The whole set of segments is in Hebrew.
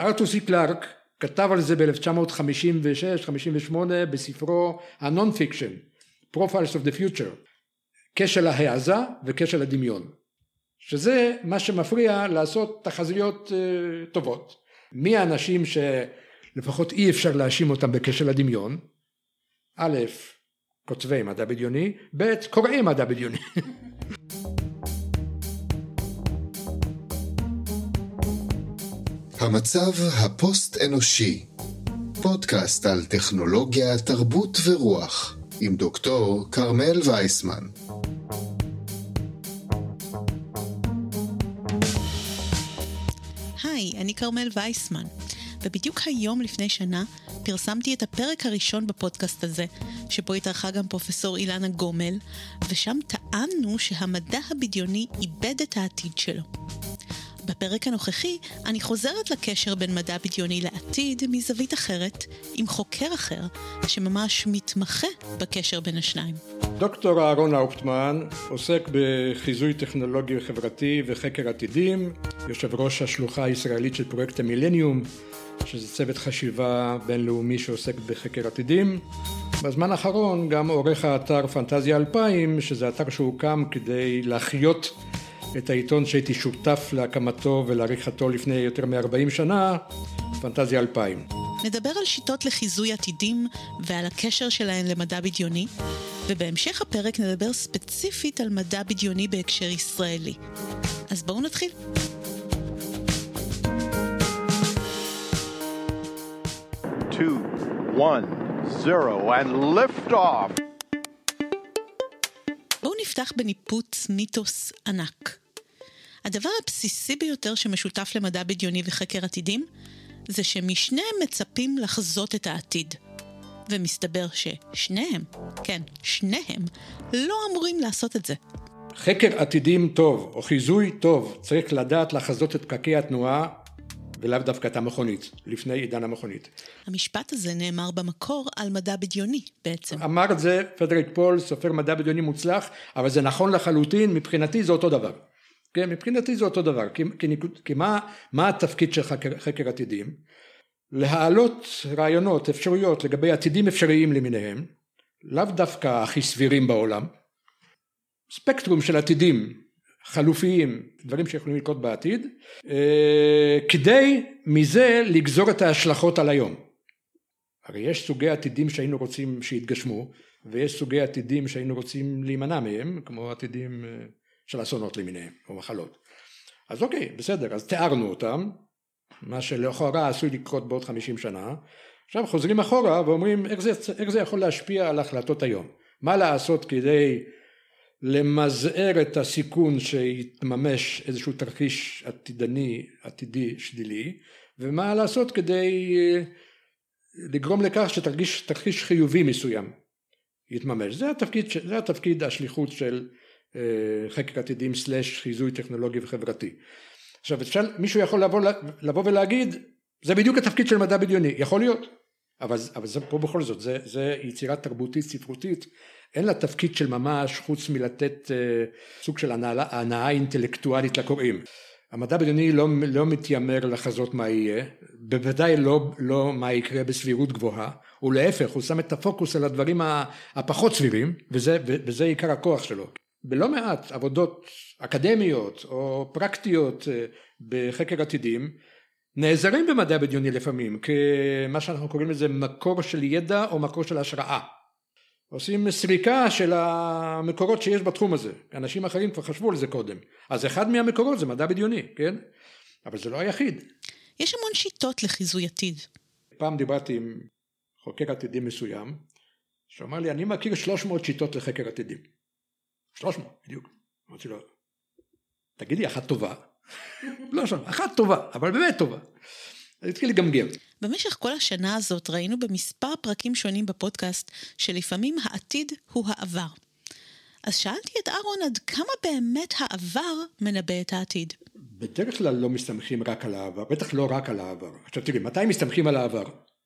ארתור סי קלארק כתב על זה ב-1956-58 בספרו ה-Non-Fiction, Profiles of the Future, כשל ההעזה וכשל הדמיון, שזה מה שמפריע לעשות תחזיות טובות. מי האנשים שלפחות אי אפשר להאשים אותם בכשל הדמיון? א', כותבי מדע בדיוני, ב', קוראי מדע בדיוני. המצב הפוסט-אנושי, פודקאסט על טכנולוגיה, תרבות ורוח, עם דוקטור כרמל וייסמן. היי, אני כרמל וייסמן, ובדיוק היום לפני שנה פרסמתי את הפרק הראשון בפודקאסט הזה, שבו התארחה גם פרופסור אילנה גומל, ושם טענו שהמדע הבדיוני איבד את העתיד שלו. בפרק הנוכחי אני חוזרת לקשר בין מדע בדיוני לעתיד מזווית אחרת, עם חוקר אחר שממש מתמחה בקשר בין השניים. דוקטור אהרון האופטמן עוסק בחיזוי טכנולוגי וחברתי וחקר עתידים, יושב ראש השלוחה הישראלית של פרויקט המילניום, שזה צוות חשיבה בינלאומי שעוסק בחקר עתידים. בזמן האחרון גם עורך האתר פנטזיה 2000, שזה אתר שהוקם כדי להחיות את העיתון שהייתי שותף להקמתו ולעריכתו לפני יותר מ-40 שנה, פנטזיה 2000. נדבר על שיטות לחיזוי עתידים ועל הקשר שלהן למדע בדיוני, ובהמשך הפרק נדבר ספציפית על מדע בדיוני בהקשר ישראלי. אז בואו נתחיל. Two, one, zero, and lift off. בואו נפתח בניפוץ מיתוס ענק. הדבר הבסיסי ביותר שמשותף למדע בדיוני וחקר עתידים, זה שמשניהם מצפים לחזות את העתיד. ומסתבר ששניהם, כן, שניהם, לא אמורים לעשות את זה. חקר עתידים טוב, או חיזוי טוב, צריך לדעת לחזות את פקקי התנועה, ולאו דווקא את המכונית, לפני עידן המכונית. המשפט הזה נאמר במקור על מדע בדיוני בעצם. אמר את זה פדריק פול, סופר מדע בדיוני מוצלח, אבל זה נכון לחלוטין, מבחינתי זה אותו דבר. כן, מבחינתי זה אותו דבר, כי מה התפקיד של חקר עתידים? להעלות רעיונות, אפשרויות לגבי עתידים אפשריים למיניהם, לאו דווקא הכי סבירים בעולם, ספקטרום של עתידים חלופיים, דברים שיכולים לקרות בעתיד, כדי מזה לגזור את ההשלכות על היום. הרי יש סוגי עתידים שהיינו רוצים שיתגשמו, ויש סוגי עתידים שהיינו רוצים להימנע מהם, כמו עתידים של אסונות למיניהם, או מחלות. אז אוקיי, בסדר, אז תיארנו אותם, מה שלאחורה עשוי לקרות בעוד 50 שנה, עכשיו חוזרים אחורה ואומרים איך זה יכול להשפיע על החלטות היום. מה לעשות כדי למזער את הסיכון שיתממש איזשהו תרחיש עתידי שלילי, ומה לעשות כדי לגרום לכך שתרחיש חיובי מסוים יתממש. זה התפקיד השליחות של חקר עתידים / חיזוי טכנולוגי וחברתי. עכשיו מישהו יכול לבוא ולהגיד, זה בדיוק התפקיד של מדע בדיוני, יכול להיות, אבל זה פה בכל זאת, זה יצירה תרבותית ספרותית, אין לה תפקיד של ממש חוץ מלתת סוג של הנאה אינטלקטואלית לקוראים. המדע בדיוני לא מתיימר לחזות מה יהיה, בוודאי לא מה יקרה בסבירות גבוהה, ולהפך הוא שם את הפוקוס על הדברים הפחות סבירים, וזה עיקר הכוח שלו. בלא מעט עבודות אקדמיות או פרקטיות בחקר עתידים, נעזרים במדע בדיוני לפעמים, כמה שאנחנו קוראים לזה מקור של ידע או מקור של השראה. עושים סריקה של המקורות שיש בתחום הזה. אנשים אחרים כבר חשבו על זה קודם. אז אחד מהמקורות זה מדע בדיוני, כן? אבל זה לא היחיד. יש המון שיטות לחיזוי עתיד. פעם דיברתי עם חוקר עתידים מסוים, שאמר לי, אני מכיר 300 שיטות לחקר עתידים. 300, בדיוק. אמרתי לו, תגידי, אחת טובה. לא שם, אחת טובה, אבל באמת טובה. אז התחיל לגמגם. במשך כל השנה הזאת ראינו במספר פרקים שונים בפודקאסט שלפעמים העתיד הוא העבר. אז שאלתי את אהרון עד כמה באמת העבר מנבא את העתיד. בדרך כלל לא מסתמכים רק על העבר, בטח לא רק על העבר. עכשיו תראי, מתי מסתמכים על העבר?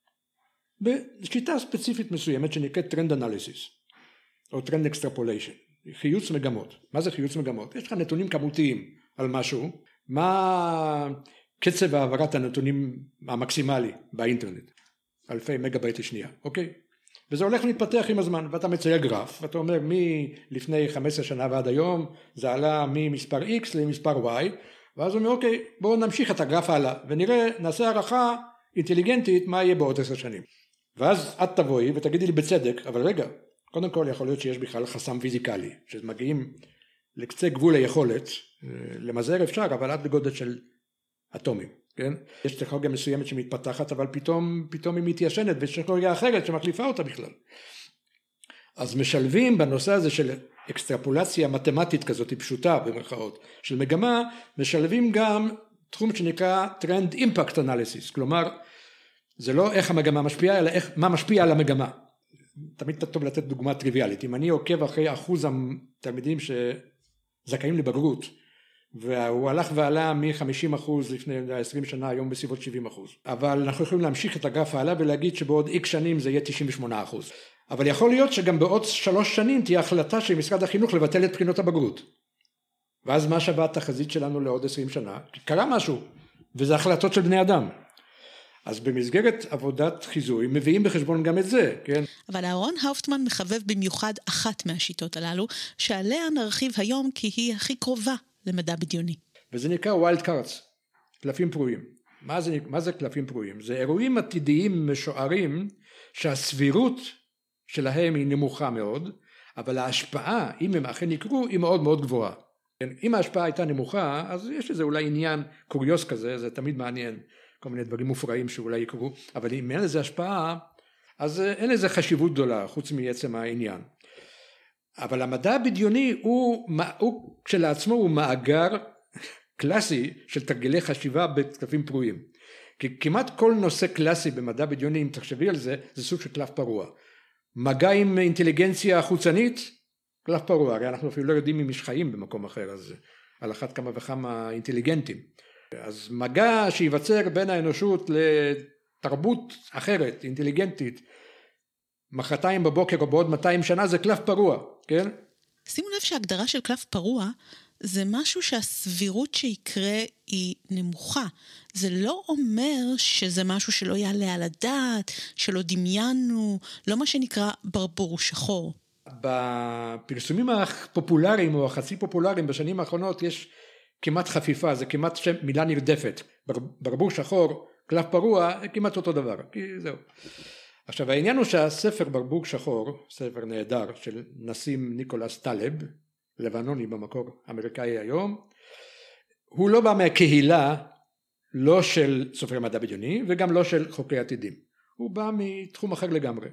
בשיטה ספציפית מסוימת שנקראת טרנד אנליסיס, או טרנד אקסטרפוליישן, חילוץ מגמות. מה זה חילוץ מגמות? יש לך נתונים כמותיים על משהו, מה קצב העברת הנתונים המקסימלי באינטרנט, 1000 מגה-בייט לשנייה, אוקיי? וזה הולך להתפתח עם הזמן, ואתה מצייר גרף, ואתה אומר מלפני 15 שנה ועד היום, זה עלה ממספר X למספר Y, ואז הוא אומר, אוקיי, בואו נמשיך את הגרף הלאה, ונראה, נעשה הערכה אינטליגנטית, מה יהיה בעוד 10 שנים. ואז את תבואי ותגידי לי בצדק, אבל רגע, קודם כל יכול להיות שיש בכלל חסם פיזיקלי, שמגיעים לקצה גבול היכולת, למזער אפשר, אבל עד לגודל של אטומים, כן? יש טכנולוגיה מסוימת שמתפתחת, אבל פתאום היא מתיישנת, ויש טכנולוגיה אחרת שמחליפה אותה בכלל. אז משלבים בנושא הזה של אקסטרפולציה מתמטית כזאת, פשוטה במרכאות, של מגמה, משלבים גם תחום שנקרא Trend Impact Analysis, כלומר, זה לא איך המגמה משפיעה, אלא מה משפיע על המגמה. תמיד טוב לתת דוגמה טריוויאלית. אם אני עוקב אחרי אחוז התלמידים שזכאים לבגרות, והוא הלך ועלה מ-50% לפני 20 שנה, היום בסביבות 70%. אבל אנחנו יכולים להמשיך את הגרף העלה ולהגיד שבעוד X שנים זה יהיה 98%. אבל יכול להיות שגם בעוד 3 שנים תהיה החלטה של משרד החינוך לבטל את בחינות הבגרות. ואז מה שווה התחזית שלנו לעוד 20 שנה? קרה משהו, וזה החלטות של בני אדם. אז במסגרת עבודת חיזוי מביאים בחשבון גם את זה, כן? אבל אהרון האופטמן מחבב במיוחד אחת מהשיטות הללו, שעליה נרחיב היום כי היא הכי קרובה למדע בדיוני. וזה נקרא ווילד קארטס, קלפים פרועים. מה זה קלפים פרועים? זה אירועים עתידיים משוערים שהסבירות שלהם היא נמוכה מאוד, אבל ההשפעה, אם הם אכן יקרו, היא מאוד מאוד גבוהה. אם ההשפעה הייתה נמוכה, אז יש לזה אולי עניין קוריוס כזה, זה תמיד מעניין, כל מיני דברים מופרעים שאולי יקרו, אבל אם אין לזה השפעה, אז אין לזה חשיבות גדולה, חוץ מעצם העניין. אבל המדע הבדיוני הוא כשלעצמו הוא מאגר קלאסי של תרגילי חשיבה בקלפים פרועים. כי כמעט כל נושא קלאסי במדע בדיוני, אם תחשבי על זה, זה סוג של קלף פרוע. מגע עם אינטליגנציה חוצנית, קלף פרוע, הרי אנחנו אפילו לא יודעים אם יש חיים במקום אחר, אז על אחת כמה וכמה אינטליגנטים. אז מגע שיווצר בין האנושות לתרבות אחרת, אינטליגנטית, מחרתיים בבוקר או בעוד 200 שנה, זה קלף פרוע, כן? שימו לב שההגדרה של קלף פרוע זה משהו שהסבירות שיקרה היא נמוכה. זה לא אומר שזה משהו שלא יעלה על הדעת, שלא דמיינו, לא מה שנקרא ברבור שחור. בפרסומים הפופולריים או החצי פופולריים בשנים האחרונות יש כמעט חפיפה, זה כמעט מילה נרדפת. ברבור שחור, קלף פרוע, כמעט אותו דבר, כי זהו. עכשיו העניין הוא שהספר ברבור שחור, ספר נהדר של נסים ניקולס טלב, לבנוני במקור אמריקאי היום, הוא לא בא מהקהילה, לא של סופרי מדע בדיוני וגם לא של חוקרי עתידים, הוא בא מתחום אחר לגמרי.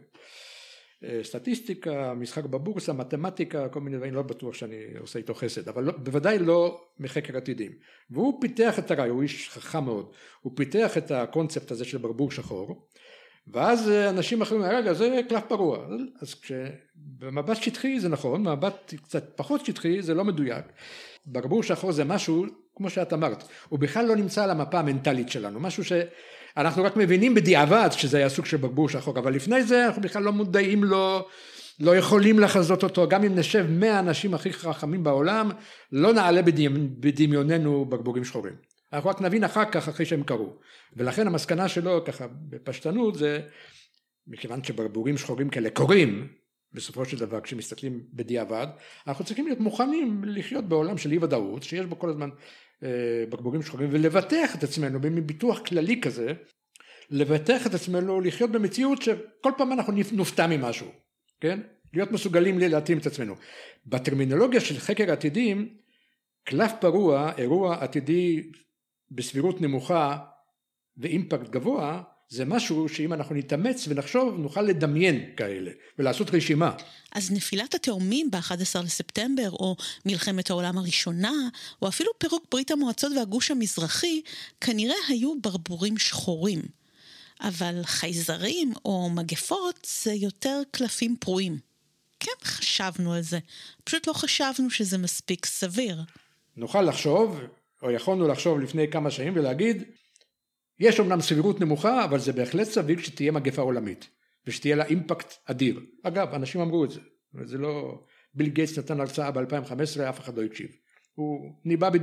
סטטיסטיקה, משחק בבורסה, מתמטיקה, כל מיני דברים, לא בטוח שאני עושה איתו חסד, אבל לא, בוודאי לא מחקר עתידים. והוא פיתח את הרעיון, הוא איש חכם מאוד, הוא פיתח את הקונספט הזה של ברבור שחור, ואז אנשים אחרים, רגע, זה קלף פרוע. אז במבט שטחי זה נכון, במבט קצת פחות שטחי זה לא מדויק. ברבור שחור זה משהו, כמו שאת אמרת, הוא בכלל לא נמצא על המפה המנטלית שלנו, משהו שאנחנו רק מבינים בדיעבד שזה היה סוג של ברבור שחור, אבל לפני זה אנחנו בכלל לא מודעים לו, לא יכולים לחזות אותו, גם אם נשב 100 אנשים הכי חכמים בעולם, לא נעלה בדמיוננו ברבורים שחורים. אנחנו רק נבין אחר כך, אחרי שהם קרו. ולכן המסקנה שלו, ככה בפשטנות, זה, מכיוון שברבורים שחורים כאלה קורים, בסופו של דבר, כשמסתכלים בדיעבד, אנחנו צריכים להיות מוכנים לחיות בעולם של אי ודאות, שיש בו כל הזמן ברבורים שחורים, ולבטח את עצמנו, בביטוח כללי כזה, לבטח את עצמנו לחיות במציאות שכל פעם אנחנו נופתע ממשהו, כן? להיות מסוגלים להתאים את עצמנו. בטרמינולוגיה של חקר עתידים, קלף פרוע, אירוע עתידי בסבירות נמוכה ואימפקט גבוה, זה משהו שאם אנחנו נתאמץ ונחשוב, נוכל לדמיין כאלה ולעשות רשימה. אז נפילת התאומים ב-11 לספטמבר, או מלחמת העולם הראשונה, או אפילו פירוק ברית המועצות והגוש המזרחי, כנראה היו ברבורים שחורים. אבל חייזרים או מגפות זה יותר קלפים פרועים. כן חשבנו על זה, פשוט לא חשבנו שזה מספיק סביר. נוכל לחשוב, או יכולנו לחשוב לפני כמה שנים ולהגיד, יש אומנם סבירות נמוכה, אבל זה בהחלט סביר שתהיה מגפה עולמית, ושתהיה לה אימפקט אדיר. אגב, אנשים אמרו את זה, זה לא, ביל גייטס נתן הרצאה ב-2015, אף אחד לא הקשיב. הוא ניבא בדיוק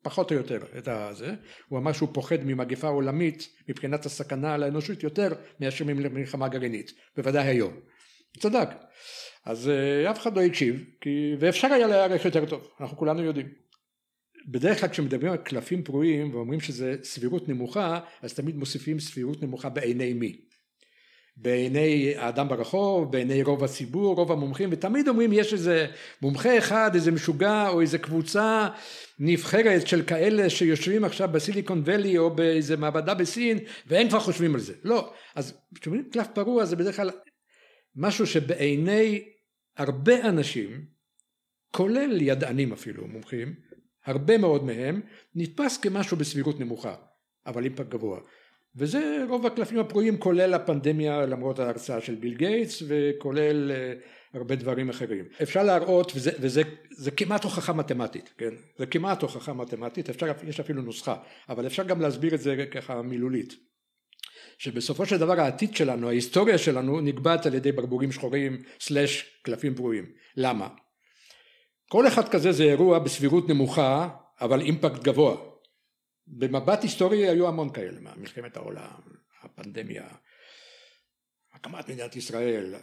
פחות או יותר את זה, הוא אמר שהוא פוחד ממגפה עולמית מבחינת הסכנה על האנושות יותר מאשר ממלחמה גרעינית, בוודאי היום. צדק. אז אף אחד לא הקשיב, ואפשר היה להיערך יותר טוב, אנחנו כולנו יודעים. בדרך כלל כשמדברים על קלפים פרועים ואומרים שזה סבירות נמוכה, אז תמיד מוסיפים סבירות נמוכה בעיני מי? בעיני האדם ברחוב, בעיני רוב הציבור, רוב המומחים, ותמיד אומרים יש איזה מומחה אחד, איזה משוגע או איזה קבוצה נבחרת של כאלה שיושבים עכשיו בסיליקון ואלי או באיזה מעבדה בסין, והם כבר חושבים על זה. לא, אז כשאומרים קלף פרוע זה בדרך כלל משהו שבעיני הרבה אנשים, כולל ידענים אפילו, מומחים, הרבה מאוד מהם, נתפס כמשהו בסבירות נמוכה, אבל אימפקט גבוה. וזה רוב הקלפים הפרועים, כולל הפנדמיה, למרות ההרצאה של ביל גייטס, וכולל הרבה דברים אחרים. אפשר להראות, וזה כמעט הוכחה מתמטית, כן? זה כמעט הוכחה מתמטית, יש אפילו נוסחה, אבל אפשר גם להסביר את זה ככה מילולית. שבסופו של דבר העתיד שלנו, ההיסטוריה שלנו, נקבעת על ידי ברבורים שחורים / קלפים פרועים. למה? כל אחד כזה זה אירוע בסבירות נמוכה, אבל אימפקט גבוה. במבט היסטורי היו המון כאלה, מלחמת העולם, הפנדמיה, הקמת מדינת ישראל,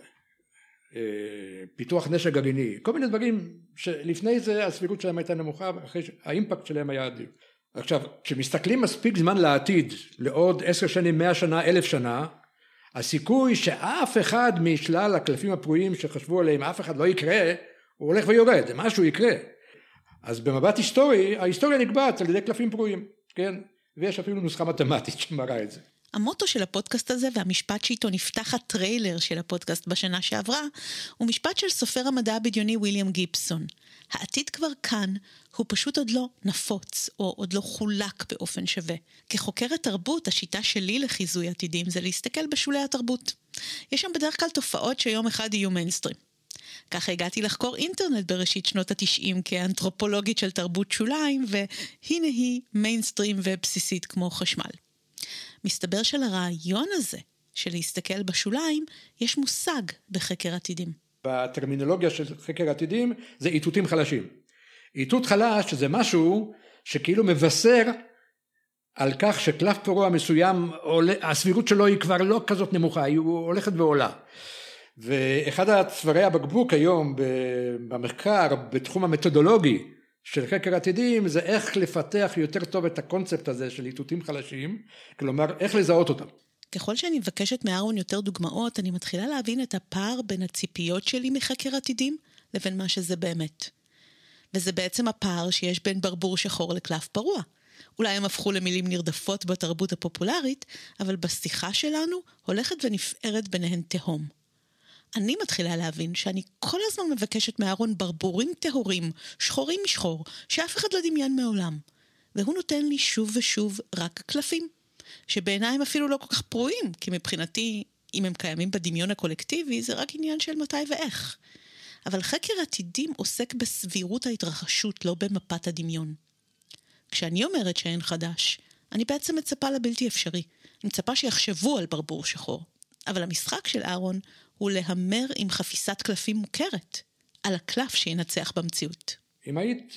פיתוח נשק גרעיני, כל מיני דברים שלפני זה הסבירות שלהם הייתה נמוכה, ואחרי האימפקט שלהם היה אדיר. עכשיו, כשמסתכלים מספיק זמן לעתיד, לעוד 10 שנים, 100 שנה, 1000 שנה, הסיכוי שאף אחד משלל הקלפים הפרועים שחשבו עליהם, אף אחד לא יקרה, הוא הולך ויורד, משהו יקרה. אז במבט היסטורי, ההיסטוריה נקבעת על ידי קלפים פרועים, כן? ויש אפילו נוסחה מתמטית שמראה את זה. המוטו של הפודקאסט הזה והמשפט שאיתו נפתח הטריילר של הפודקאסט בשנה שעברה, הוא משפט של סופר המדע הבדיוני ויליאם גיבסון. העתיד כבר כאן, הוא פשוט עוד לא נפוץ, או עוד לא חולק באופן שווה. כחוקרת תרבות, השיטה שלי לחיזוי עתידים זה להסתכל בשולי התרבות. יש שם בדרך כלל תופעות שיום אחד יהיו מיינסטרים. ככה הגעתי לחקור אינטרנט בראשית שנות ה-90 כאנתרופולוגית של תרבות שוליים, והנה היא מיינסטרים ובסיסית כמו חשמל. מסתבר שלרעיון הזה, של להסתכל בשוליים, יש מושג בחקר עתידים. בטרמינולוגיה של חקר עתידים זה איתותים חלשים. איתות חלש זה משהו שכאילו מבשר על כך שקלף פרוע מסוים, הסבירות שלו היא כבר לא כזאת נמוכה, היא הולכת ועולה. ואחד הצווארי הבקבוק היום במחקר בתחום המתודולוגי של חקר עתידים זה איך לפתח יותר טוב את הקונספט הזה של איתותים חלשים, כלומר איך לזהות אותם. ככל שאני מבקשת מאהרון יותר דוגמאות, אני מתחילה להבין את הפער בין הציפיות שלי מחקר עתידים לבין מה שזה באמת. וזה בעצם הפער שיש בין ברבור שחור לקלף פרוע. אולי הם הפכו למילים נרדפות בתרבות הפופולרית, אבל בשיחה שלנו הולכת ונפערת ביניהן תהום. אני מתחילה להבין שאני כל הזמן מבקשת מאהרון ברבורים טהורים, שחורים משחור, שאף אחד לא דמיין מעולם. והוא נותן לי שוב ושוב רק קלפים, שבעיניי הם אפילו לא כל כך פרועים, כי מבחינתי, אם הם קיימים בדמיון הקולקטיבי, זה רק עניין של מתי ואיך. אבל חקר עתידים עוסק בסבירות ההתרחשות, לא במפת הדמיון. כשאני אומרת שאין חדש, אני בעצם מצפה לבלתי אפשרי. אני מצפה שיחשבו על ברבור שחור. אבל המשחק של אהרון הוא להמר עם חפיסת קלפים מוכרת, על הקלף שינצח במציאות. אם היית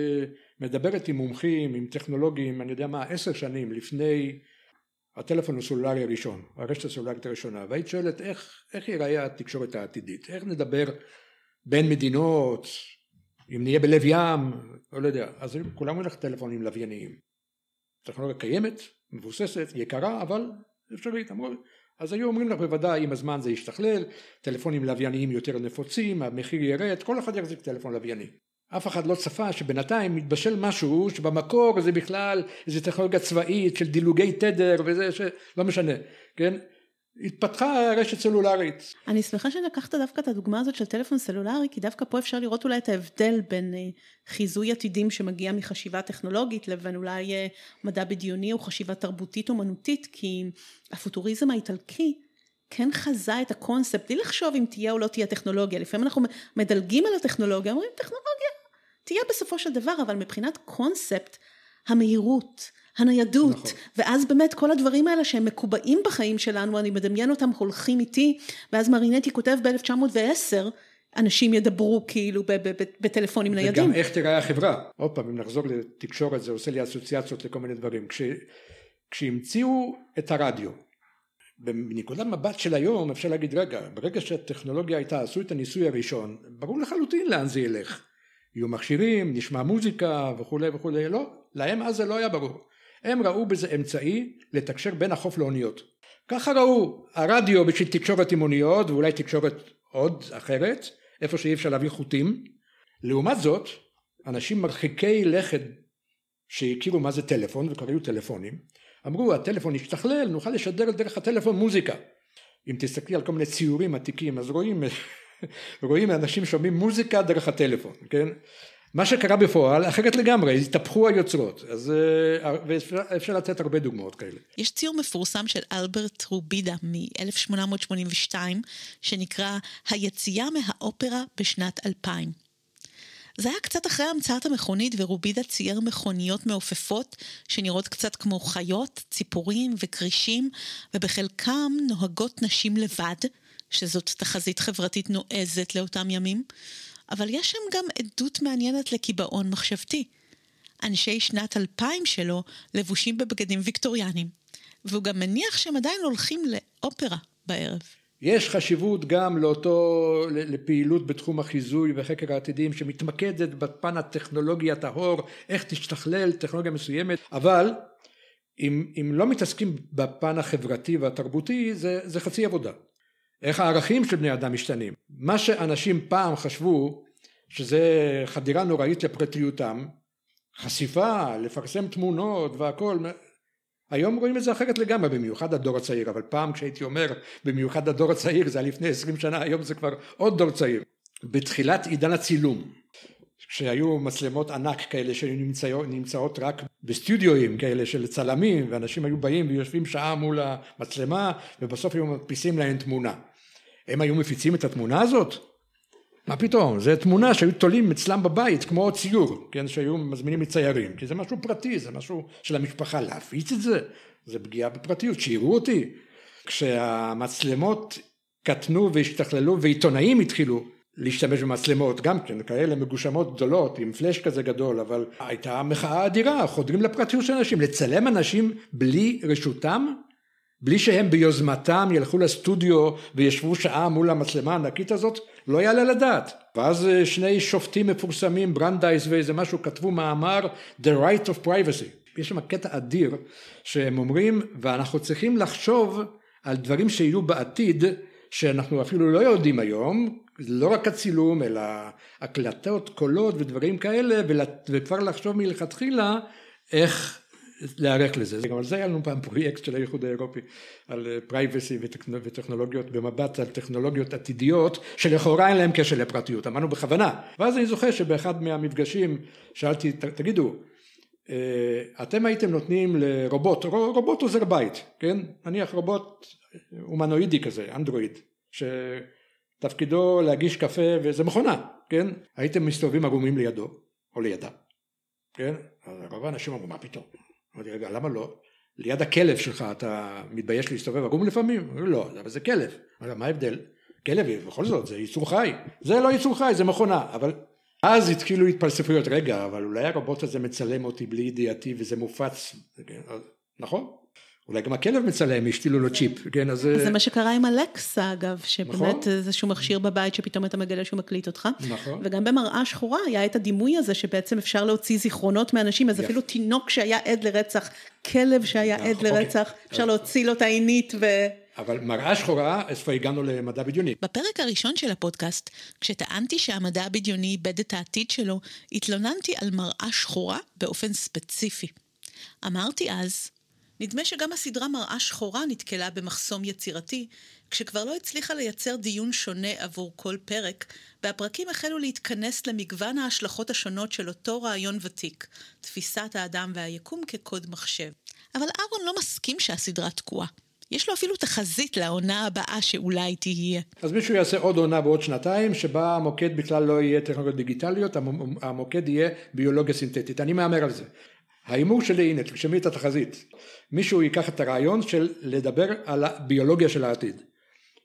מדברת עם מומחים, עם טכנולוגים, אני יודע מה, 10 שנים לפני הטלפון הסלולרי הראשון, הרשת הסלולרית הראשונה, והיית שואלת איך ייראה התקשורת העתידית, איך נדבר בין מדינות, אם נהיה בלב ים, לא יודע, אז כולם הולך טלפונים לווייניים. טכנולוגיה קיימת, מבוססת, יקרה, אבל אפשרית, אז היו אומרים לך בוודאי עם הזמן זה ישתכלל, טלפונים לווייניים יותר נפוצים, המחיר ירד, כל אחד יחזיק טלפון לווייני. אף אחד לא צפה שבינתיים מתבשל משהו שבמקור זה בכלל איזו טכנולוגיה צבאית של דילוגי תדר וזה שלא משנה, כן? התפתחה רשת סלולרית. אני שמחה שלקחת דווקא את הדוגמה הזאת של טלפון סלולרי, כי דווקא פה אפשר לראות אולי את ההבדל בין חיזוי עתידים שמגיע מחשיבה טכנולוגית, לבין אולי מדע בדיוני או חשיבה תרבותית אומנותית, כי הפוטוריזם האיטלקי כן חזה את הקונספט, בלי לחשוב אם תהיה או לא תהיה טכנולוגיה. לפעמים אנחנו מדלגים על הטכנולוגיה, אומרים טכנולוגיה תהיה בסופו של דבר, אבל מבחינת קונספט, המהירות, הניידות, נכון. ואז באמת כל הדברים האלה שהם מקובעים בחיים שלנו, אני מדמיין אותם הולכים איתי, ואז מרינטי כותב ב-1910, אנשים ידברו כאילו בטלפונים ניידים. וגם איך תראה החברה. עוד פעם, אם נחזור לתקשורת, זה עושה לי אסוציאציות לכל מיני דברים. כשהמציאו את הרדיו, בנקודת מבט של היום אפשר להגיד, ברגע שהטכנולוגיה הייתה, עשו את הניסוי הראשון, ברור לחלוטין לאן זה ילך. יהיו מכשירים, נשמע מוזיקה וכו' וכו'. לא, להם אז זה לא היה ברור. הם ראו בזה אמצעי לתקשר בין החוף לאוניות. ככה ראו הרדיו בשביל תקשורת עם אוניות, ואולי תקשורת עוד אחרת, איפה שאי אפשר להביא חוטים. לעומת זאת, אנשים מרחיקי לכת שהכירו מה זה טלפון וקראו טלפונים, אמרו, הטלפון ישתכלל, נוכל לשדר דרך הטלפון מוזיקה. אם תסתכלי על כל מיני ציורים עתיקים, אז רואים אנשים שומעים מוזיקה דרך הטלפון, כן? מה שקרה בפועל, אחרת לגמרי, התהפכו היוצרות, אז אפשר לתת הרבה דוגמאות כאלה. יש ציור מפורסם של אלברט רובידה מ-1882, שנקרא היציאה מהאופרה בשנת 2000. זה היה קצת אחרי המצאת המכונית, ורובידה צייר מכוניות מעופפות, שנראות קצת כמו חיות, ציפורים וקרישים, ובחלקם נוהגות נשים לבד, שזאת תחזית חברתית נועזת לאותם ימים, אבל יש שם גם עדות מעניינת לקיבעון מחשבתי. אנשי שנת 2000 שלו לבושים בבגדים ויקטוריאנים, והוא גם מניח שהם עדיין הולכים לאופרה בערב. יש חשיבות גם לפעילות בתחום החיזוי וחקר העתידים שמתמקדת בפן הטכנולוגי הטהור, איך תשתכלל טכנולוגיה מסוימת, אבל אם לא מתעסקים בפן החברתי והתרבותי זה חצי עבודה. איך הערכים של בני אדם משתנים. מה שאנשים פעם חשבו שזה חדירה נוראית לפרטיותם, חשיפה, לפרסם תמונות והכל, היום רואים את זה אחרת לגמרי, במיוחד הדור הצעיר, אבל פעם כשהייתי אומר במיוחד הדור הצעיר, זה היה לפני 20 שנה, היום זה כבר עוד דור צעיר. בתחילת עידן הצילום, כשהיו מצלמות ענק כאלה שנמצאות רק בסטודיואים כאלה של צלמים, ואנשים היו באים ויושבים שעה מול המצלמה, ובסוף היו מדפיסים להם תמונה. הם היו מפיצים את התמונה הזאת? מה פתאום? זה תמונה שהיו תולים אצלם בבית, כמו ציור, כן? שהיו מזמינים מציירים, כי זה משהו פרטי, זה משהו של המשפחה, להפיץ את זה, זה פגיעה בפרטיות, שיראו אותי. כשהמצלמות קטנו והשתכללו, ועיתונאים התחילו להשתמש במצלמות, גם כן, כאלה מגושמות גדולות, עם פלש כזה גדול, אבל הייתה מחאה אדירה, חודרים לפרטיות של אנשים, לצלם אנשים בלי רשותם, בלי שהם ביוזמתם ילכו לסטודיו וישבו שעה מול המצלמה הענקית הזאת, לא יעלה לדעת. ואז שני שופטים מפורסמים, ברנדייס ואיזה משהו, כתבו מאמר, The Right of Privacy. יש שם קטע אדיר שהם אומרים, ואנחנו צריכים לחשוב על דברים שיהיו בעתיד, שאנחנו אפילו לא יודעים היום, לא רק הצילום, אלא הקלטות, קולות ודברים כאלה, וכבר לחשוב מלכתחילה איך להיערך לזה. גם על זה היה לנו פעם פרויקט של האיחוד האירופי, על פרייבסי וטכנולוגיות, במבט על טכנולוגיות עתידיות, שלכאורה אין להם קשר לפרטיות, אמרנו בכוונה. ואז אני זוכר שבאחד מהמפגשים שאלתי, תגידו, אתם הייתם נותנים לרובוט, רובוט עוזר בית, כן? נניח רובוט הומנואידי כזה, אנדרואיד, שתפקידו להגיש קפה וזה מכונה, כן? הייתם מסתובבים ערומים לידו, או לידה, כן? רוב האנשים אמרו, מה פתאום? אמרתי, רגע, למה לא? ליד הכלב שלך אתה מתבייש להסתובב ערום לפעמים? לא, אבל זה כלב. מה ההבדל? כלב, בכל זאת, זה ייצור חי. זה לא ייצור חי, זה מכונה. אבל אז התחילו התפלספויות, רגע, אבל אולי הרובוט הזה מצלם אותי בלי ידיעתי וזה מופץ. נכון? אולי גם הכלב מצלם, השתילו לו צ'יפ. כן, אז זה מה שקרה עם אלקסה, אגב, שבאמת איזשהו מכשיר בבית שפתאום אתה מגלה שהוא מקליט אותך. נכון. וגם במראה שחורה היה את הדימוי הזה שבעצם אפשר להוציא זיכרונות מאנשים, אז אפילו תינוק שהיה עד לרצח, כלב שהיה עד לרצח, אפשר להוציא לו את העינית אבל מראה שחורה, איפה הגענו למדע בדיוני. בפרק הראשון של הפודקאסט, כשטענתי שהמדע הבדיוני איבד את העתיד שלו, התלוננתי על מראה שחורה באופן ספציפי. אמרתי אז, נדמה שגם הסדרה מראה שחורה נתקלה במחסום יצירתי, כשכבר לא הצליחה לייצר דיון שונה עבור כל פרק, והפרקים החלו להתכנס למגוון ההשלכות השונות של אותו רעיון ותיק, תפיסת האדם והיקום כקוד מחשב. אבל אהרון לא מסכים שהסדרה תקועה. יש לו אפילו תחזית לעונה הבאה שאולי תהיה. אז מישהו יעשה עוד עונה בעוד שנתיים, שבה המוקד בכלל לא יהיה טכנולוגיות דיגיטליות, המוקד יהיה ביולוגיה סינתטית. אני מאמר על זה. האימור שלי, הנה, תרשמי את התחזית. מישהו ייקח את הרעיון של לדבר על הביולוגיה של העתיד.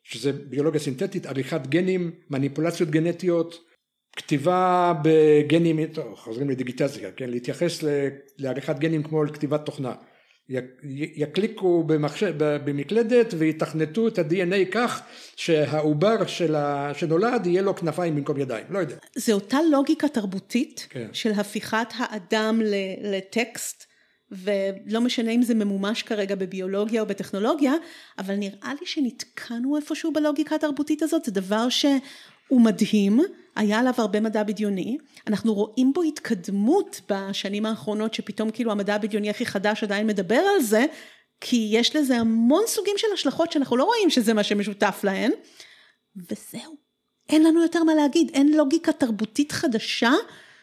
שזה ביולוגיה סינתטית, עריכת גנים, מניפולציות גנטיות, כתיבה בגנים, חוזרים לדיגיטציה, כן? להתייחס לעריכת גנים כמו לכתיבת תוכנה. יקליקו במקלדת ויתכנתו את ה-DNA כך שהעובר שנולד יהיה לו כנפיים במקום ידיים, לא יודע. זה אותה לוגיקה תרבותית כן. של הפיכת האדם לטקסט, ולא משנה אם זה ממומש כרגע בביולוגיה או בטכנולוגיה, אבל נראה לי שנתקענו איפשהו בלוגיקה התרבותית הזאת, זה דבר שהוא מדהים, היה עליו הרבה מדע בדיוני, אנחנו רואים בו התקדמות בשנים האחרונות, שפתאום כאילו המדע הבדיוני הכי חדש עדיין מדבר על זה, כי יש לזה המון סוגים של השלכות שאנחנו לא רואים שזה מה שמשותף להן, וזהו, אין לנו יותר מה להגיד, אין לוגיקה תרבותית חדשה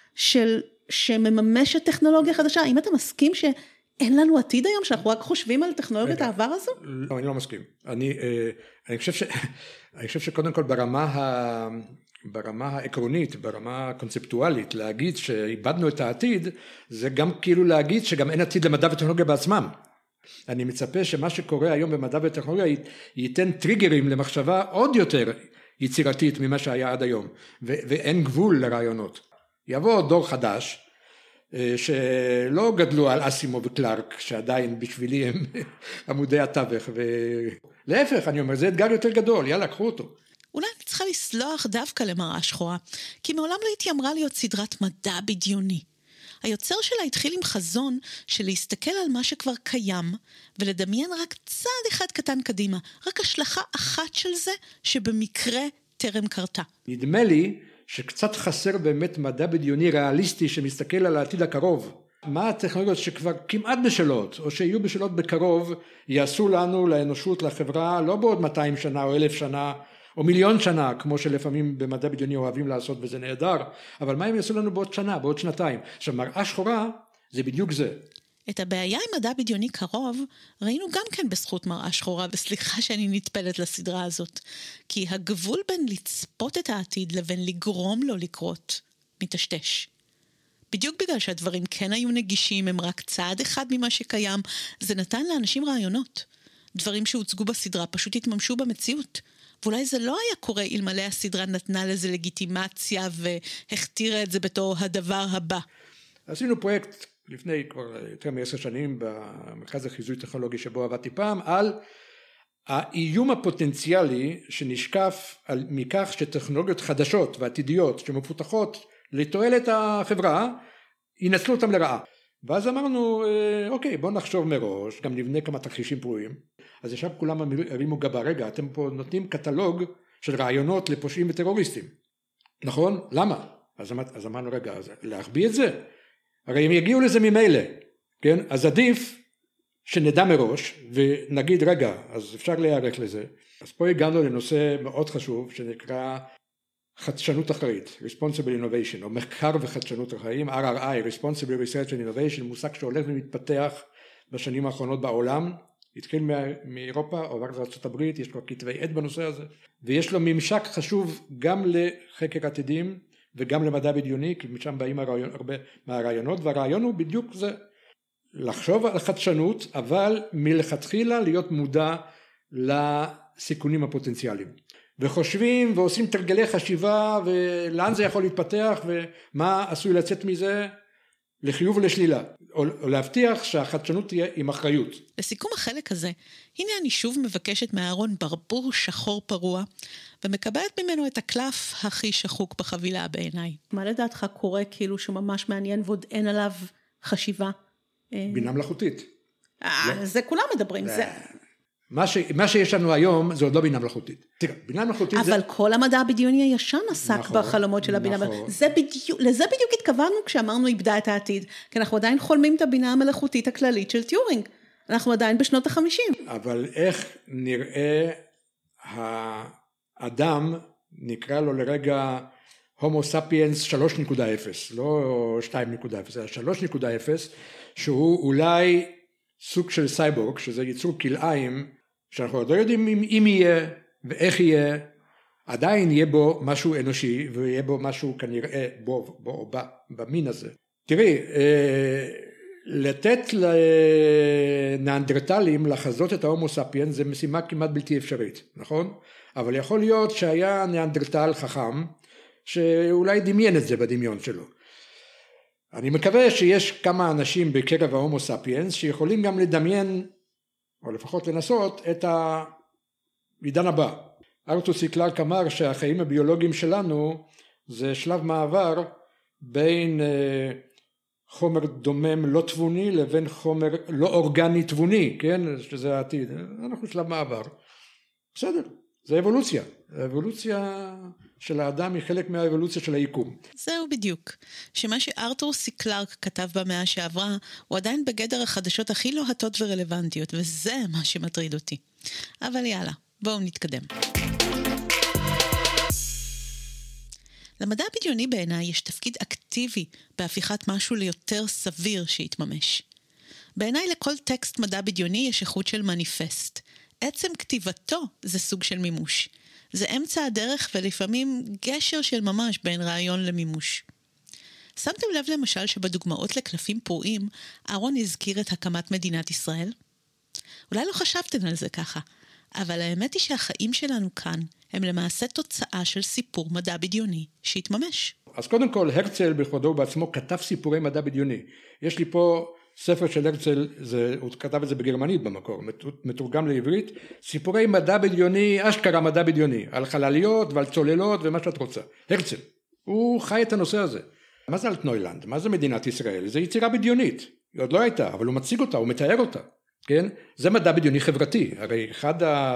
שמממשת טכנולוגיה חדשה. האם אתה מסכים שאין לנו עתיד היום, שאנחנו רק חושבים על טכנולוגיית העבר הזו? לא, אני לא מסכים. אני חושב שקודם כל ברמה העקרונית, ברמה הקונספטואלית, להגיד שאיבדנו את העתיד, זה גם כאילו להגיד שגם אין עתיד למדע וטכנולוגיה בעצמם. אני מצפה שמה שקורה היום במדע וטכנולוגיה ייתן טריגרים למחשבה עוד יותר יצירתית ממה שהיה עד היום, ואין גבול לרעיונות. יבוא דור חדש, שלא גדלו על אסימוב וקלארק, שעדיין בשבילי הם עמודי התווך, ולהפך, אני אומר, זה אתגר יותר גדול, יאללה, קחו אותו. אולי אני צריכה לסלוח דווקא למראה שחורה, כי מעולם לא התיימרה להיות סדרת מדע בדיוני. היוצר שלה התחיל עם חזון של להסתכל על מה שכבר קיים, ולדמיין רק צעד אחד קטן קדימה, רק השלכה אחת של זה שבמקרה טרם קרתה. נדמה לי שקצת חסר באמת מדע בדיוני ריאליסטי שמסתכל על העתיד הקרוב. מה הטכנולוגיות שכבר כמעט בשלות, או שיהיו בשלות בקרוב, יעשו לנו, לאנושות, לחברה, לא בעוד 200 שנה או 1000 שנה, או 1,000,000 שנה, כמו שלפעמים במדע בדיוני אוהבים לעשות, וזה נהדר, אבל מה הם יעשו לנו בעוד שנה, בעוד שנתיים? עכשיו, מראה שחורה זה בדיוק זה. את הבעיה עם מדע בדיוני קרוב, ראינו גם כן בזכות מראה שחורה, וסליחה שאני נטפלת לסדרה הזאת, כי הגבול בין לצפות את העתיד לבין לגרום לו לקרות, מטשטש. בדיוק בגלל שהדברים כן היו נגישים, הם רק צעד אחד ממה שקיים, זה נתן לאנשים רעיונות. דברים שהוצגו בסדרה פשוט התממשו במציאות, ואולי זה לא היה קורה אלמלא הסדרה נתנה לזה לגיטימציה והכתירה את זה בתור הדבר הבא. עשינו פרויקט לפני כבר יותר מ10 שנים במרכז החיזוי טכנולוגי שבו עבדתי פעם, על האיום הפוטנציאלי שנשקף מכך שטכנולוגיות חדשות ועתידיות שמפותחות לתועלת החברה, ינצלו אותם לרעה. ואז אמרנו, אוקיי, בואו נחשוב מראש, גם נבנה כמה תרחישים פרועים. אז ישב כולם הרימו גבה, רגע, אתם פה נותנים קטלוג של רעיונות לפושעים וטרוריסטים. נכון? למה? אז אמרנו, רגע, אז להחביא את זה? הרי הם יגיעו לזה ממילא, כן? אז עדיף שנדע מראש, ונגיד, רגע, אז אפשר להיערך לזה. אז פה הגענו לנושא מאוד חשוב, שנקרא חדשנות אחראית, Responsible Innovation, או מחקר וחדשנות אחראיים, RRI, Responsible Research and Innovation, מושג שהולך ומתפתח בשנים האחרונות בעולם, התחיל מאירופה, עובר לארצות הברית, יש כבר כתבי עת בנושא הזה, ויש לו ממשק חשוב גם לחקר עתידים, וגם למדע בדיוני, כי משם באים הרבה מהרעיונות, והרעיון הוא בדיוק זה, לחשוב על חדשנות, אבל מלכתחילה להיות מודע לסיכונים הפוטנציאליים. וחושבים ועושים תרגלי חשיבה, ולאן זה יכול להתפתח, ומה עשוי לצאת מזה לחיוב ולשלילה, או להבטיח שהחדשנות תהיה עם אחריות. לסיכום החלק הזה, הנה אני שוב מבקשת מהארון ברבור שחור פרוע, ומקבלת ממנו את הקלף הכי שחוק בחבילה בעיניי. מה לדעתך קורה כאילו שהוא ממש מעניין ועוד אין עליו חשיבה? בינה מלאכותית. זה כולם מדברים, זה... מה שיש לנו היום זה עוד לא בינה מלאכותית. תראה, בינה מלאכותית זה... אבל כל המדע הבדיוני הישן עסק בחלומות של הבינה מלאכותית. לזה בדיוק התכוונו כשאמרנו איבדה את העתיד. כי אנחנו עדיין חולמים את הבינה המלאכותית הכללית של טיורינג. אנחנו עדיין בשנות ה-50. אבל איך נראה האדם, נקרא לו לרגע הומו ספיאנס 3.0, לא 2.0, אלא 3.0, שהוא אולי סוג של סייבורג, שזה ייצור כלאיים, שאנחנו עוד לא יודעים אם יהיה ואיך יהיה, עדיין יהיה בו משהו אנושי, ויהיה בו משהו כנראה בו או במין הזה. תראי, לתת לנאנדרטלים לחזות את ההומו ספיאנס זה משימה כמעט בלתי אפשרית, נכון? אבל יכול להיות שהיה נאנדרטל חכם שאולי דמיין את זה בדמיון שלו. אני מקווה שיש כמה אנשים בקרב ההומו ספיאנס שיכולים גם לדמיין, או לפחות לנסות, את העידן הבא. ארתור סי קלארק אמר שהחיים הביולוגיים שלנו זה שלב מעבר בין חומר דומם לא תבוני לבין חומר לא אורגני תבוני, כן? שזה העתיד. אנחנו שלב מעבר. בסדר, זה אבולוציה. האבולוציה של האדם היא חלק מהאבולוציה של היקום. זהו בדיוק. שמה שארתור סי קלארק כתב במאה שעברה, הוא עדיין בגדר החדשות הכי לוהטות ורלוונטיות, וזה מה שמטריד אותי. אבל יאללה, בואו נתקדם. למדע הבדיוני בעיניי יש תפקיד אקטיבי בהפיכת משהו ליותר סביר שיתממש. בעיניי לכל טקסט מדע בדיוני יש איכות של מניפסט. עצם כתיבתו זה סוג של מימוש. זה אמצע הדרך ולפעמים גשר של ממש בין רעיון למימוש. שמתם לב למשל שבדוגמאות לקלפים פרועים, אהרון הזכיר את הקמת מדינת ישראל? אולי לא חשבתם על זה ככה, אבל האמת היא שהחיים שלנו כאן הם למעשה תוצאה של סיפור מדע בדיוני שהתממש. אז קודם כל, הרצל בכבודו בעצמו כתב סיפורי מדע בדיוני. יש לי פה ספר של הרצל, הוא כתב את זה בגרמנית במקור, מתורגם לעברית, סיפורי מדע בדיוני, אשכרה מדע בדיוני, על חלליות ועל צוללות ומה שאת רוצה. הרצל, הוא חי את הנושא הזה. מה זה אלטנוילנד? מה זה מדינת ישראל? זה יצירה בדיונית, היא עוד לא הייתה, אבל הוא מציג אותה, הוא מתאר אותה. כן? זה מדע בדיוני חברתי, הרי אחד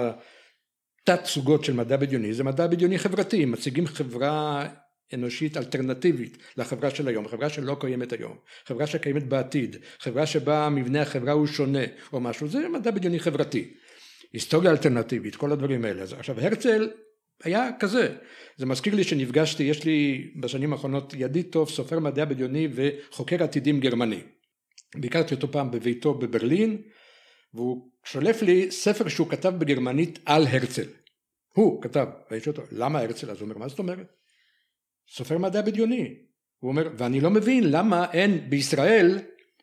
התת סוגות של מדע בדיוני זה מדע בדיוני חברתי, מציגים חברה אנושית אלטרנטיבית לחברה של היום, חברה שלא קיימת היום, חברה שקיימת בעתיד, חברה שבה מבנה החברה הוא שונה או משהו, זה מדע בדיוני חברתי, היסטוריה אלטרנטיבית, כל הדברים האלה. עכשיו הרצל היה כזה, זה מזכיר לי שנפגשתי, יש לי בשנים האחרונות ידיד טוב, סופר מדע בדיוני וחוקר עתידים גרמני, ביקרתי אותו פעם בביתו בברלין, והוא שולף לי ספר שהוא כתב בגרמנית על הרצל. הוא כתב, ראיתי אותו, למה הרצל? אז הוא אומר, מה זאת אומרת? סופר מדע בדיוני. הוא אומר, ואני לא מבין למה אין בישראל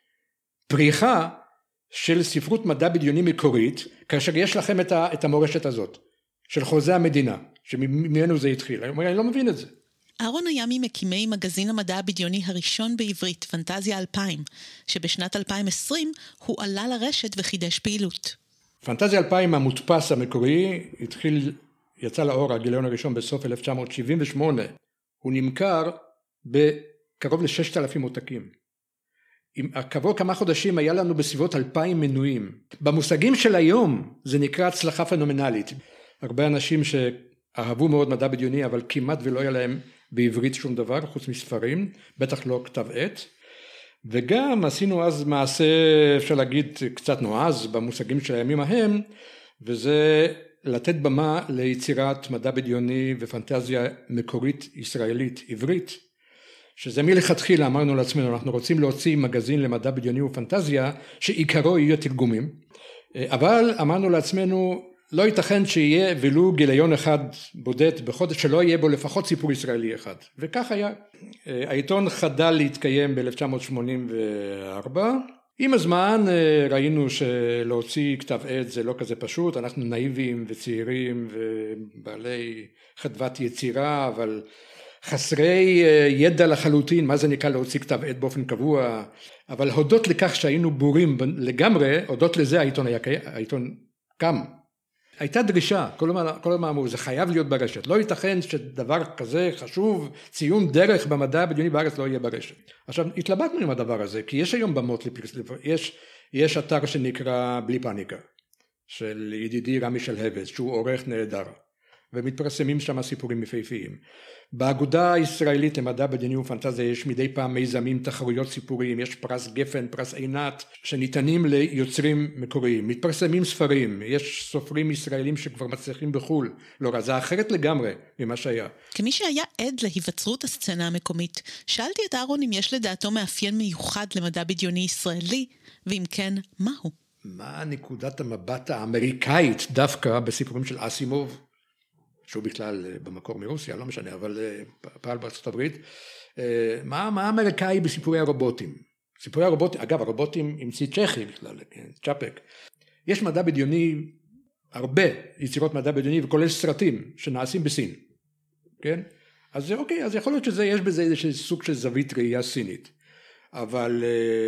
פריחה של ספרות מדע בדיוני מקורית, כאשר יש לכם את המורשת הזאת, של חוזה המדינה, שממנו זה התחיל. הוא אומר, אני לא מבין את זה. אהרון היה ממקימי מגזין המדע הבדיוני הראשון בעברית, פנטזיה 2000, שבשנת 2020 הוא עלה לרשת וחידש פעילות. פנטזיה 2000 המודפס המקורי יצא לאור הגיליון הראשון בסוף 1978, הוא נמכר בקרוב ל-6,000 עותקים. כעבור כמה חודשים היה לנו בסביבות 2,000 מנויים. במושגים של היום זה נקרא הצלחה פנומנלית. הרבה אנשים שאהבו מאוד מדע בדיוני אבל כמעט ולא היה להם בעברית שום דבר חוץ מספרים, בטח לא כתב עת, וגם עשינו אז מעשה אפשר להגיד קצת נועז במושגים של הימים ההם, וזה לתת במה ליצירת מדע בדיוני ופנטזיה מקורית ישראלית עברית, שזה מלכתחילה אמרנו לעצמנו אנחנו רוצים להוציא מגזין למדע בדיוני ופנטזיה שעיקרו יהיה תרגומים, אבל אמרנו לעצמנו לא ייתכן שיהיה ולו גיליון אחד בודד בחודש שלא יהיה בו לפחות סיפור ישראלי אחד, וכך היה. העיתון חדל להתקיים ב-1984, עם הזמן ראינו שלהוציא כתב עת זה לא כזה פשוט, אנחנו נאיביים וצעירים ובעלי חדוות יצירה, אבל חסרי ידע לחלוטין, מה זה נקרא להוציא כתב עת באופן קבוע, אבל הודות לכך שהיינו בורים לגמרי, הודות לזה העיתון קם. הייתה דרישה, כל הזמן אמרו, זה חייב להיות ברשת, לא ייתכן שדבר כזה חשוב, ציון דרך במדע הבדיוני בארץ לא יהיה ברשת. עכשיו, התלבטנו עם הדבר הזה, כי יש היום במות, יש אתר שנקרא בלי פאניקה, של ידידי רמי שלהבץ, שהוא עורך נהדר, ומתפרסמים שם סיפורים יפהפיים. באגודה הישראלית למדע בדיוני ופנטזיה יש מדי פעם מיזמים, תחרויות סיפורים, יש פרס גפן, פרס עינת, שניתנים ליוצרים מקוריים, מתפרסמים ספרים, יש סופרים ישראלים שכבר מצליחים בחול, לא רע, זה אחרת לגמרי ממה שהיה. כמי שהיה עד להיווצרות הסצנה המקומית, שאלתי את אהרון אם יש לדעתו מאפיין מיוחד למדע בדיוני ישראלי, ואם כן, מהו? מה נקודת המבט האמריקאית דווקא בסיפורים של אסימוב? שהוא בכלל במקור מרוסיה, לא משנה, אבל פעל בארצות הברית. מה האמריקאי בסיפורי הרובוטים? סיפורי הרובוטים, אגב, הרובוטים המציא צ'כי בכלל, צ'אפק. יש מדע בדיוני, הרבה יצירות מדע בדיוני, וכולל סרטים שנעשים בסין, כן? אז אוקיי, אז יכול להיות יש בזה איזשהו סוג של זווית ראייה סינית, אבל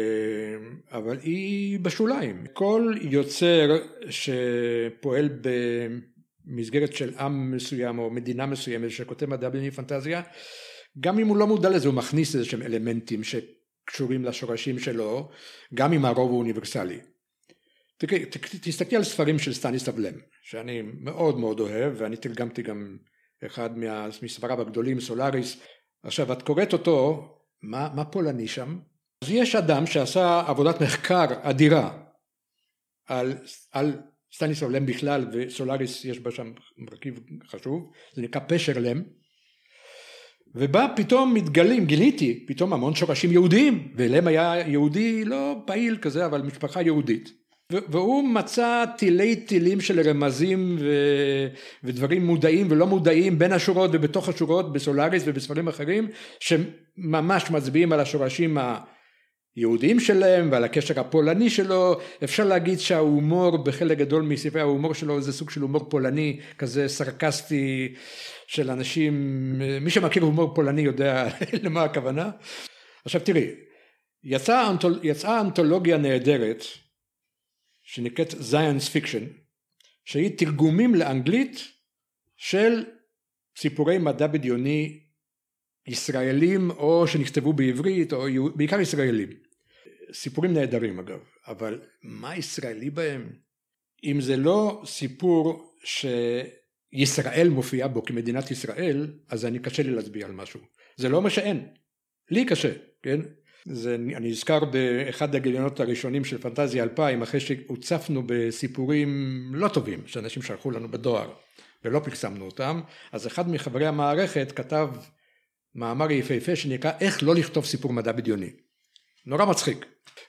היא בשוליים. כל יוצר שפועל במסגרת של עם מסוים או מדינה מסוימת שכותב מדע בדיוני פנטזיה, גם אם הוא לא מודע לזה, הוא מכניס איזשהם אלמנטים שקשורים לשורשים שלו, גם אם הרוב הוא אוניברסלי. תסתכלי על ספרים של סטניסלב לם, שאני מאוד מאוד אוהב, ואני תרגמתי גם אחד מספריו הגדולים, סולאריס. עכשיו, את קוראת אותו, מה פולני שם? אז יש אדם שעשה עבודת מחקר אדירה על סטניסלב לם בכלל, וסולאריס יש בה שם מרכיב חשוב, זה נקרא פשר לם, ובה פתאום גיליתי פתאום המון שורשים יהודיים, ולם היה יהודי לא פעיל כזה, אבל משפחה יהודית. והוא מצא טילים של רמזים ודברים מודעים ולא מודעים בין השורות ובתוך השורות בסולאריס ובספרים אחרים, שממש מצביעים על השורשים היהודיים שלהם ועל הקשר הפולני שלו. אפשר להגיד שההומור בחלק גדול מספרי ההומור שלו זה סוג של הומור פולני כזה סרקסטי של אנשים, מי שמכיר הומור פולני יודע למה הכוונה. עכשיו תראי, יצאה אנתולוגיה נהדרת שנקראת Science Fiction, שהיא תרגומים לאנגלית של סיפורי מדע בדיוני ישראלים או שנכתבו בעברית, או בעיקר ישראלים. סיפורים נהדרים אגב, אבל מה ישראלי בהם? אם זה לא סיפור שישראל מופיעה בו כמדינת ישראל, אז אני קשה לי להצביע על משהו. זה לא מה שאין, לי קשה, כן? אני נזכר באחד הגיליונות הראשונים של פנטזיה 2000, אחרי שהוצפנו בסיפורים לא טובים שאנשים שלחו לנו בדואר ולא פרסמנו אותם, אז אחד מחברי המערכת כתב מאמר יפהפה שנקרא איך לא לכתוב סיפור מדע בדיוני. נורא מצחיק.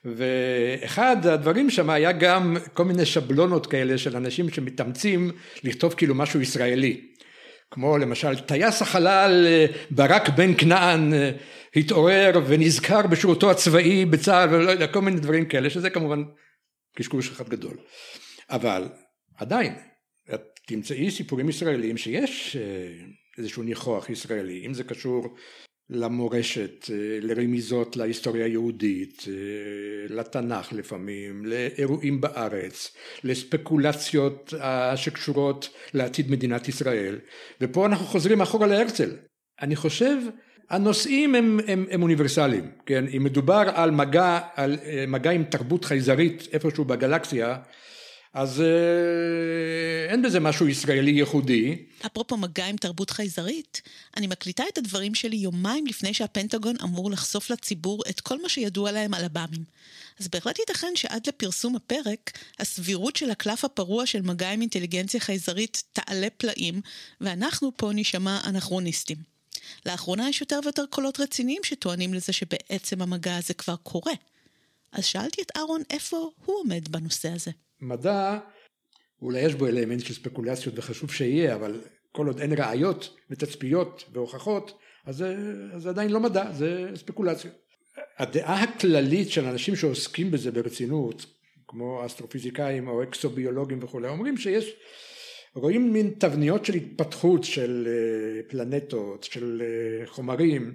ואחד הדברים שם היה גם כל מיני שבלונות כאלה של אנשים שמתאמצים לכתוב כאילו משהו ישראלי. כמו למשל טייס החלל ברק בן כנען התעורר ונזכר בשירותו הצבאי בצה"ל ולא יודע, כל מיני דברים כאלה, שזה כמובן קשקוש אחד גדול. אבל עדיין, את תמצאי סיפורים ישראלים שיש איזשהו ניחוח ישראלי, אם זה קשור למורשת, לרמיזות להיסטוריה היהודית, לתנ"ך לפעמים, לאירועים בארץ, לספקולציות שקשורות לעתיד מדינת ישראל. ופה אנחנו חוזרים אחורה להרצל. אני חושב, הנושאים הם אוניברסליים, כן? אם מדובר על מגע עם תרבות חייזרית איפשהו בגלקסיה, אז אין בזה משהו ישראלי ייחודי. אפרופו מגע עם תרבות חייזרית, אני מקליטה את הדברים שלי יומיים לפני שהפנטגון אמור לחשוף לציבור את כל מה שידוע להם על הבאמים. אז בהחלט ייתכן שעד לפרסום הפרק, הסבירות של הקלף הפרוע של מגע עם אינטליגנציה חייזרית תעלה פלאים, ואנחנו פה נשמע אנכרוניסטים. לאחרונה יש יותר ויותר קולות רציניים שטוענים לזה שבעצם המגע הזה כבר קורה. אז שאלתי את אהרון איפה הוא עומד בנושא הזה. מדע, אולי יש בו אלמנט של ספקולציות וחשוב שיהיה, אבל כל עוד אין ראיות ותצפיות והוכחות, אז זה עדיין לא מדע, זה ספקולציות. הדעה הכללית של אנשים שעוסקים בזה ברצינות, כמו אסטרופיזיקאים או אקסוביולוגים וכו', אומרים רואים מין תבניות של התפתחות של פלנטות, של חומרים,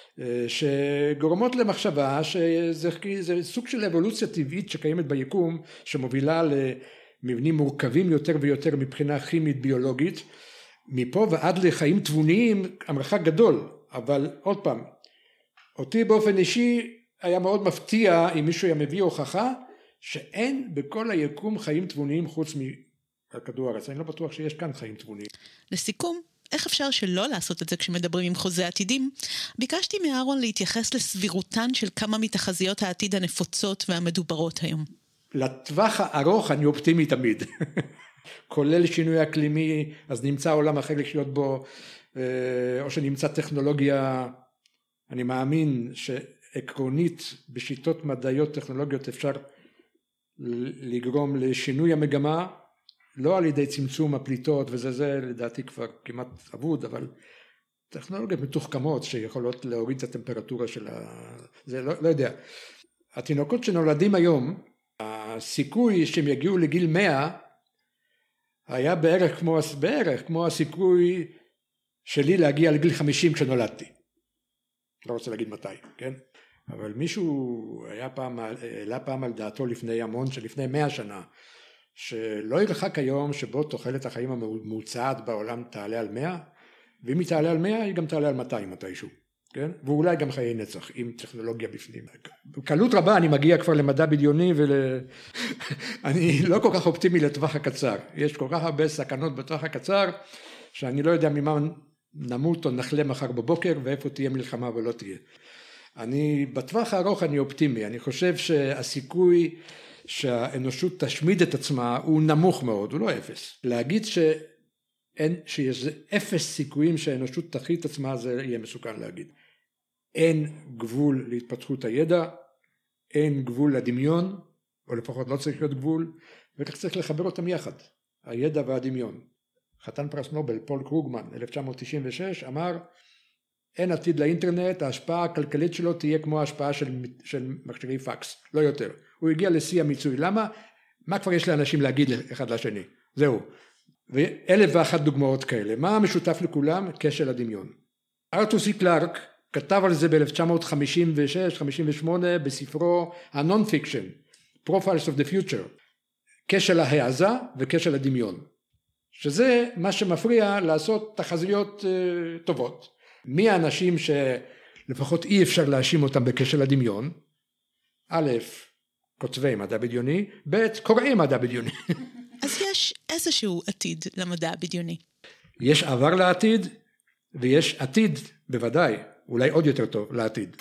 שגורמות למחשבה שזה סוג של אבולוציה טבעית שקיימת ביקום, שמובילה למבנים מורכבים יותר ויותר מבחינה כימית ביולוגית, מפה ועד לחיים תבוניים המרחק גדול. אבל עוד פעם, אותי באופן אישי היה מאוד מפתיע אם מישהו היה מביא הוכחה שאין בכל היקום חיים תבוניים חוץ מכדור הארץ. אני לא בטוח שיש כאן חיים תבוניים. לסיכום, איך אפשר שלא לעשות את זה כשמדברים עם חוזה עתידים? ביקשתי מאהרון להתייחס לסבירותן של כמה מתחזיות העתיד הנפוצות והמדוברות היום. לטווח הארוך אני אופטימי תמיד. כולל שינוי אקלימי, אז נמצא עולם אחר לחיות בו, או שנמצא טכנולוגיה. אני מאמין שעקרונית בשיטות מדעיות טכנולוגיות אפשר לגרום לשינוי המגמה, לא על ידי צמצום הפליטות, וזה לדעתי כבר כמעט אבוד, אבל טכנולוגיות מתוחכמות שיכולות להוריד את הטמפרטורה של זה, לא יודע. התינוקות שנולדים היום, הסיכוי שהם יגיעו לגיל 100 היה בערך כמו הסיכוי שלי להגיע לגיל 50 כשנולדתי. לא רוצה להגיד מתי, כן? אבל מישהו העלה פעם על דעתו לפני 100 שנה, שלא ירחק היום שבו תוחלת החיים הממוצעת בעולם תעלה על 100, ואם היא תעלה על 100 היא גם תעלה על 200 מתישהו, כן? ואולי גם חיי נצח עם טכנולוגיה בפנים. בקלות רבה אני מגיע כבר למדע בדיוני אני לא כל כך אופטימי לטווח הקצר. יש כל כך הרבה סכנות בטווח הקצר שאני לא יודע ממה נמות או נחלה מחר בבוקר ואיפה תהיה מלחמה ולא תהיה. בטווח הארוך אני אופטימי. אני חושב שהסיכוי שהאנושות תשמיד את עצמה הוא נמוך מאוד, הוא לא אפס. להגיד שיש 0 סיכויים שהאנושות תחי את עצמה, זה יהיה מסוכן להגיד. אין גבול להתפתחות הידע, אין גבול לדמיון, או לפחות לא צריך להיות גבול, וכך צריך לחבר אותם יחד, הידע והדמיון. חתן פרס נובל, פול קרוגמן, 1996, אמר, אין עתיד לאינטרנט, ההשפעה הכלכלית שלו תהיה כמו ההשפעה של מכשירי פקס, לא יותר. הוא הגיע לשיא המיצוי. למה? מה כבר יש לאנשים להגיד אחד לשני? זהו. ו1,001 דוגמאות כאלה. מה המשותף לכולם? כשל הדמיון. ארתור סי קלארק כתב על זה ב-1956-58 בספרו הנון-פיקשן, Profiles of the Future, כשל ההעזה וכשל הדמיון, שזה מה שמפריע לעשות תחזיות טובות. מי האנשים שלפחות אי אפשר להאשים אותם בכשל הדמיון? א', כותבי מדע בדיוני, ב', קוראי מדע בדיוני. אז יש איזשהו עתיד למדע הבדיוני. יש עבר לעתיד, ויש עתיד בוודאי, אולי עוד יותר טוב לעתיד.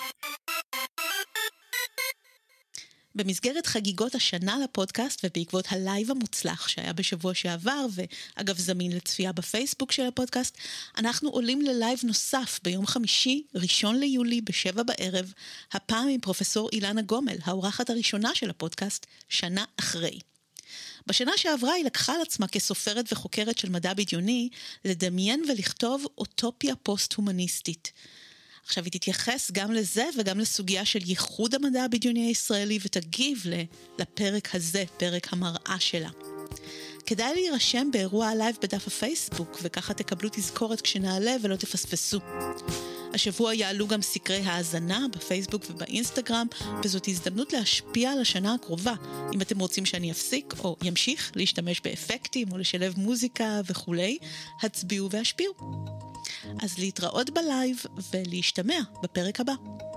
במסגרת חגיגות השנה לפודקאסט ובעקבות הלייב המוצלח שהיה בשבוע שעבר ואגב זמין לצפייה בפייסבוק של הפודקאסט, אנחנו עולים ללייב נוסף ביום חמישי, 1 ליולי ב7 בערב, הפעם עם פרופסור אילנה גומל, האורחת הראשונה של הפודקאסט, שנה אחרי. בשנה שעברה היא לקחה על עצמה כסופרת וחוקרת של מדע בדיוני לדמיין ולכתוב אוטופיה פוסט-הומניסטית. עכשיו היא תתייחס גם לזה וגם לסוגיה של ייחוד המדע הבדיוני הישראלי ותגיב לפרק הזה, פרק המראה שלה. כדאי להירשם באירוע הלייב בדף הפייסבוק וככה תקבלו תזכורת כשנעלה ולא תפספסו. השבוע יעלו גם סקרי האזנה בפייסבוק ובאינסטגרם, וזאת הזדמנות להשפיע על השנה הקרובה. אם אתם רוצים שאני אפסיק או ימשיך להשתמש באפקטים או לשלב מוזיקה וכו', הצביעו והשפיעו. אז להתראות בלייב ולהשתמע בפרק הבא.